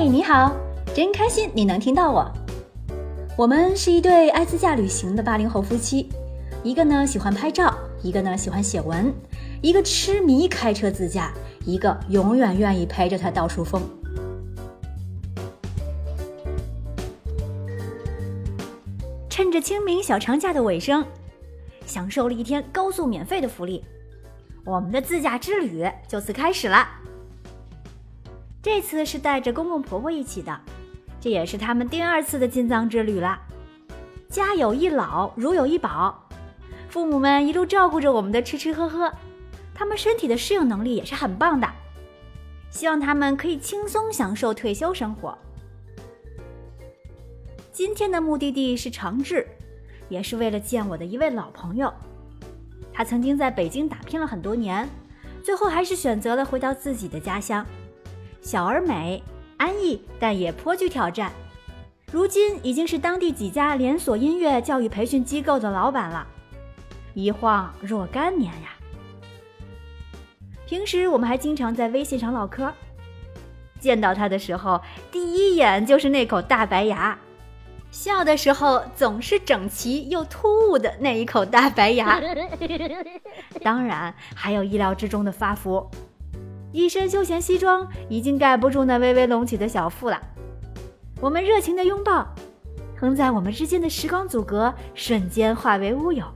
你好，真开心你能听到我。我们是一对爱自驾旅行的80后夫妻，一个呢喜欢拍照，一个呢喜欢写文，一个痴迷开车自驾，一个永远愿意陪着他到处疯。趁着清明小长假的尾声，享受了一天高速免费的福利，我们的自驾之旅就此开始了。这次是带着公公婆婆一起的，这也是他们第2次的进藏之旅了。家有一老，如有一宝，父母们一路照顾着我们的吃吃喝喝，他们身体的适应能力也是很棒的，希望他们可以轻松享受退休生活。今天的目的地是长治，也是为了见我的一位老朋友。他曾经在北京打拼了很多年，最后还是选择了回到自己的家乡，小而美，安逸，但也颇具挑战。如今已经是当地几家连锁音乐教育培训机构的老板了，一晃若干年呀。平时我们还经常在微信上唠嗑，见到他的时候，第一眼就是那口大白牙，笑的时候总是整齐又突兀的那一口大白牙，当然还有意料之中的发福。一身休闲西装已经盖不住那微微隆起的小腹了。我们热情的拥抱，横在我们之间的时光阻隔瞬间化为乌有。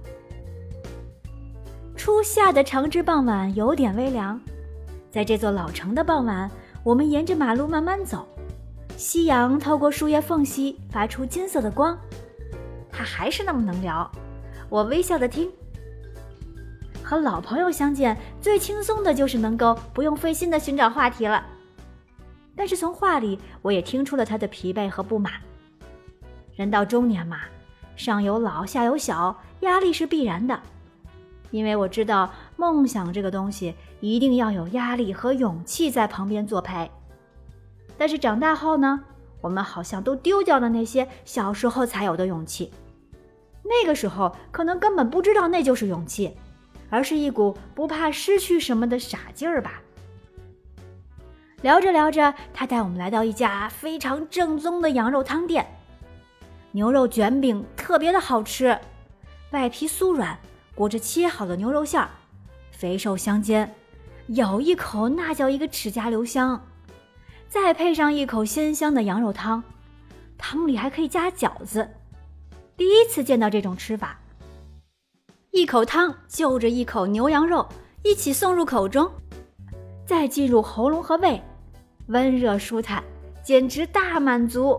初夏的长治傍晚有点微凉，在这座老城的傍晚，我们沿着马路慢慢走，夕阳透过树叶缝隙发出金色的光。他还是那么能聊，我微笑的听。和老朋友相见，最轻松的就是能够不用费心的寻找话题了。但是从话里，我也听出了他的疲惫和不满。人到中年嘛，上有老下有小，压力是必然的。因为我知道梦想这个东西一定要有压力和勇气在旁边作陪。但是长大后呢，我们好像都丢掉了那些小时候才有的勇气。那个时候可能根本不知道那就是勇气，而是一股不怕失去什么的傻劲儿吧。聊着聊着，他带我们来到一家非常正宗的羊肉汤店，牛肉卷饼特别的好吃，外皮酥软，裹着切好的牛肉馅儿，肥瘦相间，咬一口那叫一个齿颊留香。再配上一口鲜香的羊肉汤，汤里还可以加饺子。第一次见到这种吃法，一口汤就着一口牛羊肉一起送入口中，再进入喉咙和胃，温热舒坦，简直大满足。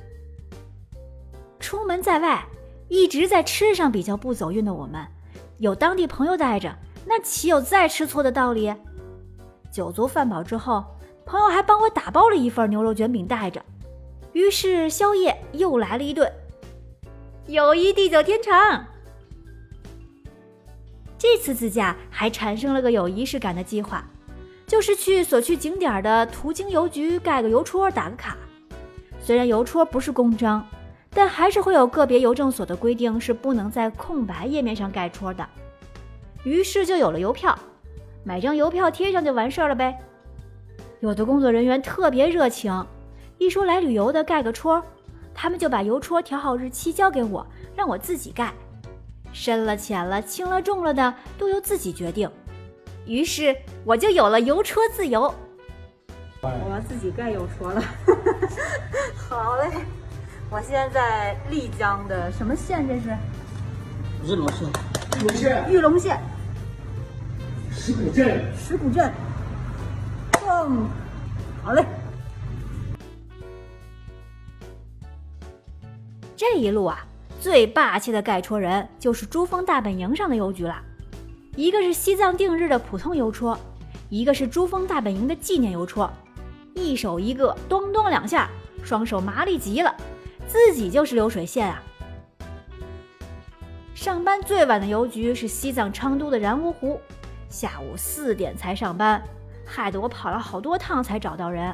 出门在外，一直在吃上比较不走运的我们，有当地朋友带着，那岂有再吃错的道理？酒足饭饱之后，朋友还帮我打包了一份牛肉卷饼带着，于是宵夜又来了一顿，友谊地久天长。这次自驾还产生了个有仪式感的计划，就是去所去景点的途经邮局盖个邮戳打个卡。虽然邮戳不是公章，但还是会有个别邮政所的规定是不能在空白页面上盖戳的。于是就有了邮票，买张邮票贴上就完事儿了呗。有的工作人员特别热情，一说来旅游的盖个戳，他们就把邮戳调好日期交给我，让我自己盖。深了浅了轻了重了的都由自己决定，于是我就有了邮戳自由。 我要自己盖邮戳了。好嘞，我现在在丽江的什么县？这是玉龙县。 玉龙县。 石鼓镇。 石鼓镇。好嘞。 这一路啊，最霸气的盖戳人就是珠峰大本营上的邮局了。一个是西藏定日的普通邮戳，一个是珠峰大本营的纪念邮戳，一手一个，咚咚两下，双手麻利极了，自己就是流水线啊。上班最晚的邮局是西藏昌都的然乌湖，下午4点才上班，害得我跑了好多趟才找到人。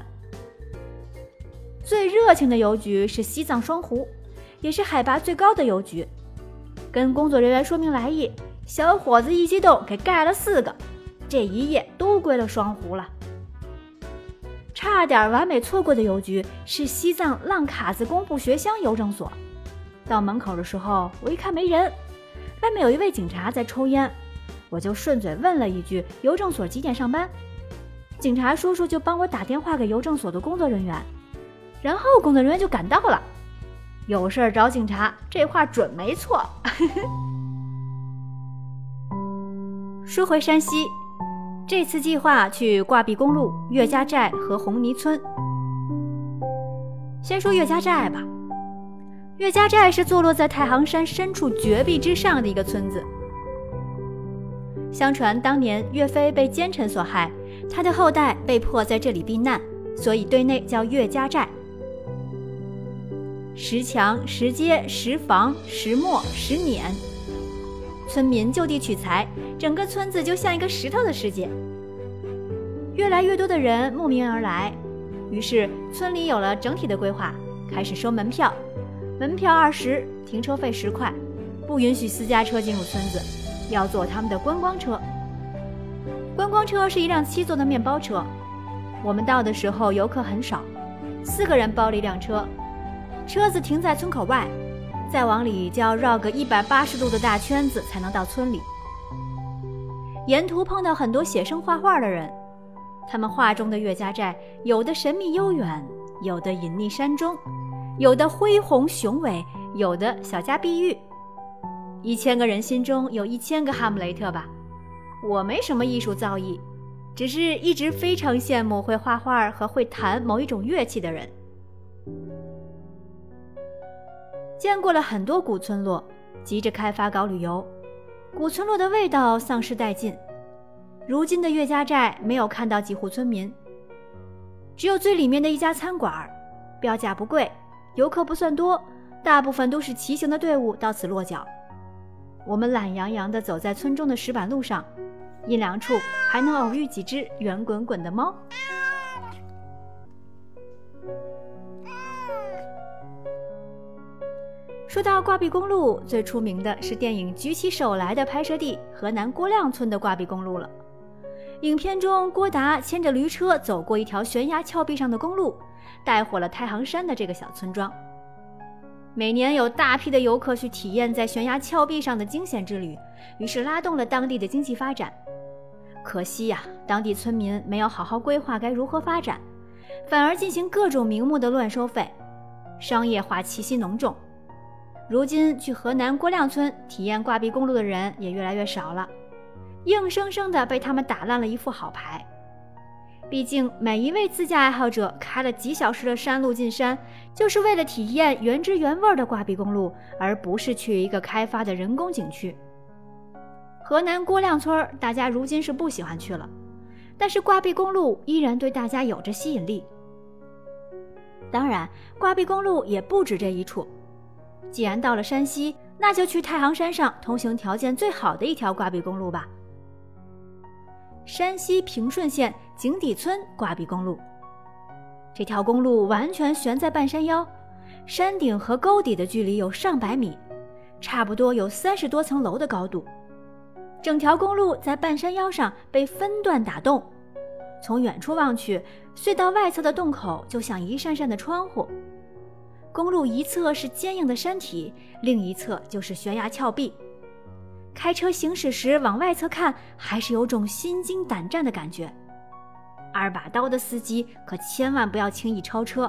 最热情的邮局是西藏双湖，也是海拔最高的邮局。跟工作人员说明来意，小伙子一激动给盖了4个，这一夜都归了双湖了。 差点完美错过的邮局是西藏浪卡子工部学乡邮政所。到门口的时候，我一看没人，外面有一位警察在抽烟，我就顺嘴问了一句邮政所几点上班。警察叔叔就帮我打电话给邮政所的工作人员，然后工作人员就赶到了。有事找警察，这话准没错。说回山西，这次计划去挂壁公路、岳家寨和红泥村。先说岳家寨吧。岳家寨是坐落在太行山深处绝壁之上的一个村子。相传当年岳飞被奸臣所害，他的后代被迫在这里避难，所以对内叫岳家寨。石墙、石阶、石房、石磨、石碾，村民就地取材，整个村子就像一个石头的世界。越来越多的人慕名而来，于是村里有了整体的规划，开始收门票，门票20，停车费10块，不允许私家车进入村子，要坐他们的观光车。观光车是一辆7座的面包车，我们到的时候游客很少，4个人包了一辆车，车子停在村口外，再往里就要绕个180度的大圈子才能到村里。沿途碰到很多写生画画的人，他们画中的岳家寨，有的神秘悠远，有的隐匿山中，有的恢宏雄伟，有的小家碧玉。1000个人心中有1000个哈姆雷特吧。我没什么艺术造诣，只是一直非常羡慕会画画和会弹某一种乐器的人。见过了很多古村落，急着开发搞旅游，古村落的味道丧失殆尽。如今的岳家寨没有看到几户村民，只有最里面的一家餐馆，标价不贵，游客不算多，大部分都是骑行的队伍到此落脚。我们懒洋洋地走在村中的石板路上，阴凉处还能偶遇几只圆滚滚的猫。说到挂壁公路，最出名的是电影《举起手来》的拍摄地河南郭亮村的挂壁公路了。影片中，郭达牵着驴车走过一条悬崖峭壁上的公路，带火了太行山的这个小村庄。每年有大批的游客去体验在悬崖峭壁上的惊险之旅，于是拉动了当地的经济发展。可惜呀，当地村民没有好好规划该如何发展，反而进行各种名目的乱收费，商业化气息浓重。如今去河南郭亮村体验挂壁公路的人也越来越少了，硬生生地被他们打烂了一副好牌。毕竟每一位自驾爱好者开了几小时的山路进山，就是为了体验原汁原味的挂壁公路，而不是去一个开发的人工景区。河南郭亮村大家如今是不喜欢去了，但是挂壁公路依然对大家有着吸引力。当然，挂壁公路也不止这一处，既然到了山西，那就去太行山上通行条件最好的一条挂壁公路吧。山西平顺县井底村挂壁公路，这条公路完全悬在半山腰，山顶和沟底的距离有上百米，差不多有30多层楼的高度。整条公路在半山腰上被分段打洞，从远处望去，隧道外侧的洞口就像一扇扇的窗户。公路一侧是坚硬的山体，另一侧就是悬崖峭壁。开车行驶时往外侧看，还是有种心惊胆战的感觉。2把刀的司机可千万不要轻易超车。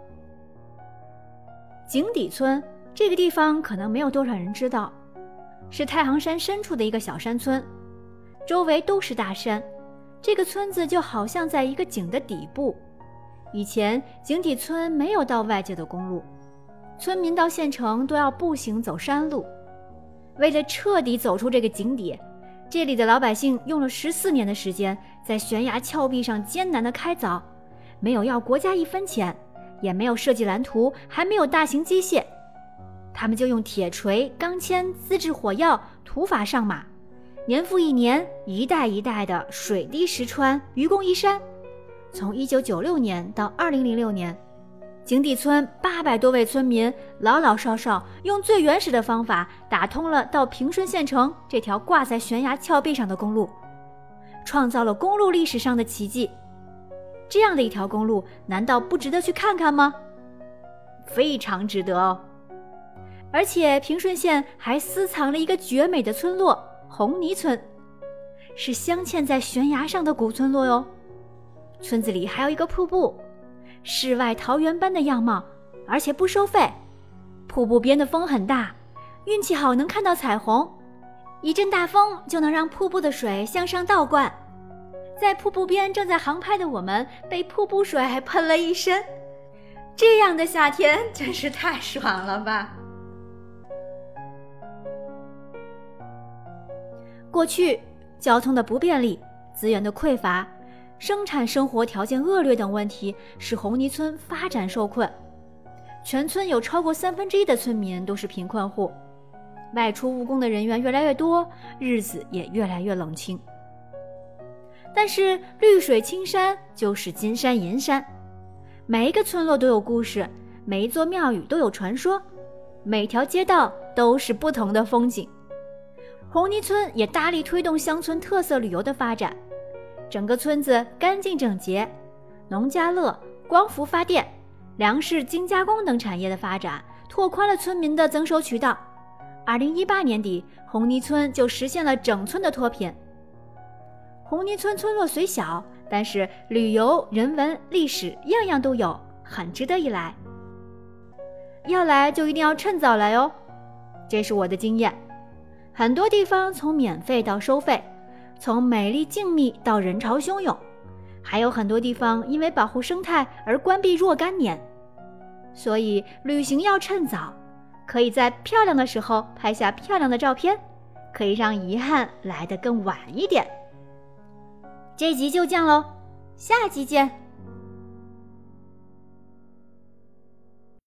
井底村这个地方可能没有多少人知道，是太行山深处的一个小山村，周围都是大山。这个村子就好像在一个井的底部。以前井底村没有到外界的公路，村民到县城都要步行走山路。为了彻底走出这个井底，这里的老百姓用了14年的时间，在悬崖峭壁上艰难地开凿，没有要国家1分钱，也没有设计蓝图，还没有大型机械，他们就用铁锤、钢钎、自制火药，土法上马，年复一年，一代一代的水滴石穿，愚公移山。从1996年到2006年，井底村800多位村民老老少少用最原始的方法打通了到平顺县城这条挂在悬崖峭壁上的公路，创造了公路历史上的奇迹。 这样的一条公路难道不值得去看看吗？非常值得哦。而且平顺县还私藏了一个绝美的村落红泥村，是镶嵌在悬崖上的古村落哟。村子里还有一个瀑布，世外桃源般的样貌，而且不收费。瀑布边的风很大，运气好能看到彩虹，一阵大风就能让瀑布的水向上倒灌。在瀑布边正在航拍的我们被瀑布水喷了一身，这样的夏天真是太爽了吧。过去交通的不便利、资源的匮乏、生产生活条件恶劣等问题使红泥村发展受困，全村有超过1/3的村民都是贫困户，外出务工的人员越来越多，日子也越来越冷清。但是绿水青山就是金山银山，每一个村落都有故事，每一座庙宇都有传说，每条街道都是不同的风景。红泥村也大力推动乡村特色旅游的发展，整个村子干净整洁，农家乐、光伏发电、粮食精加工等产业的发展拓宽了村民的增收渠道。2018年底，红泥村就实现了整村的脱贫。红泥村村落虽小，但是旅游、人文、历史样样都有，很值得一来。要来就一定要趁早来哦，这是我的经验。很多地方从免费到收费，从美丽静谧到人潮汹涌，还有很多地方因为保护生态而关闭若干年。所以旅行要趁早，可以在漂亮的时候拍下漂亮的照片，可以让遗憾来得更晚一点。这集就这样咯，下集见。